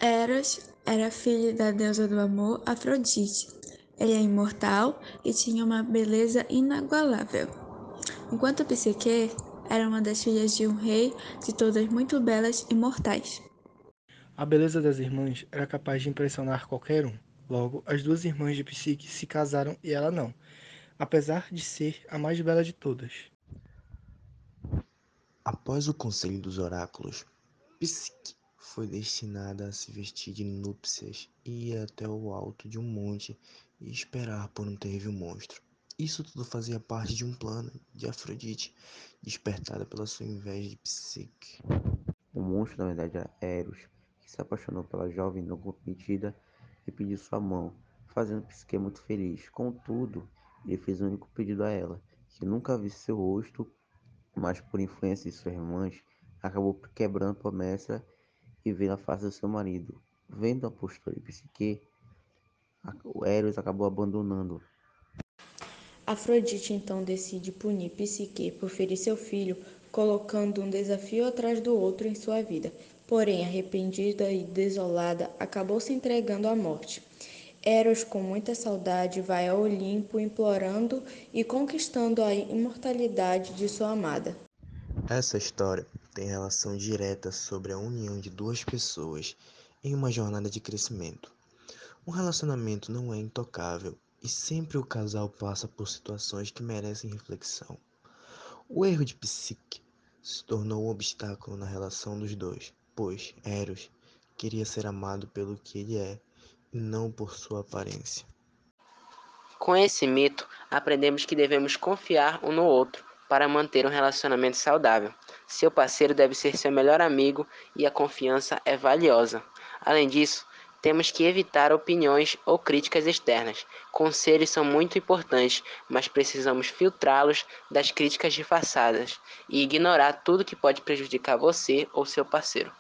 Eros era filho da deusa do amor, Afrodite. Ele é imortal e tinha uma beleza inagualável, enquanto Psique era uma das filhas de um rei, de todas muito belas e mortais. A beleza das irmãs era capaz de impressionar qualquer um. Logo, as duas irmãs de Psique se casaram e ela não, apesar de ser a mais bela de todas. Após o conselho dos oráculos, Psique foi destinada a se vestir de núpcias e ir até o alto de um monte e esperar por um terrível monstro. Isso tudo fazia parte de um plano de Afrodite, despertada pela sua inveja de Psique. O monstro, na verdade, era Eros, que se apaixonou pela jovem não comprometida e pediu sua mão, fazendo Psique muito feliz. Contudo, ele fez um único pedido a ela, que nunca visse seu rosto, mas por influência de suas irmãs, acabou quebrando a promessa e vendo a face do seu marido. Vendo a postura de Psique, o Eros acabou abandonando. Afrodite então decide punir Psique por ferir seu filho, colocando um desafio atrás do outro em sua vida. Porém, arrependida e desolada, acabou se entregando à morte. Eros, com muita saudade, vai ao Olimpo implorando e conquistando a imortalidade de sua amada. Essa história tem relação direta sobre a união de duas pessoas em uma jornada de crescimento. Um relacionamento não é intocável e sempre o casal passa por situações que merecem reflexão. O erro de Psique se tornou um obstáculo na relação dos dois, pois Eros queria ser amado pelo que ele é e não por sua aparência. Com esse mito, aprendemos que devemos confiar um no outro para manter um relacionamento saudável. Seu parceiro deve ser seu melhor amigo e a confiança é valiosa. Além disso, temos que evitar opiniões ou críticas externas. Conselhos são muito importantes, mas precisamos filtrá-los das críticas disfarçadas e ignorar tudo que pode prejudicar você ou seu parceiro.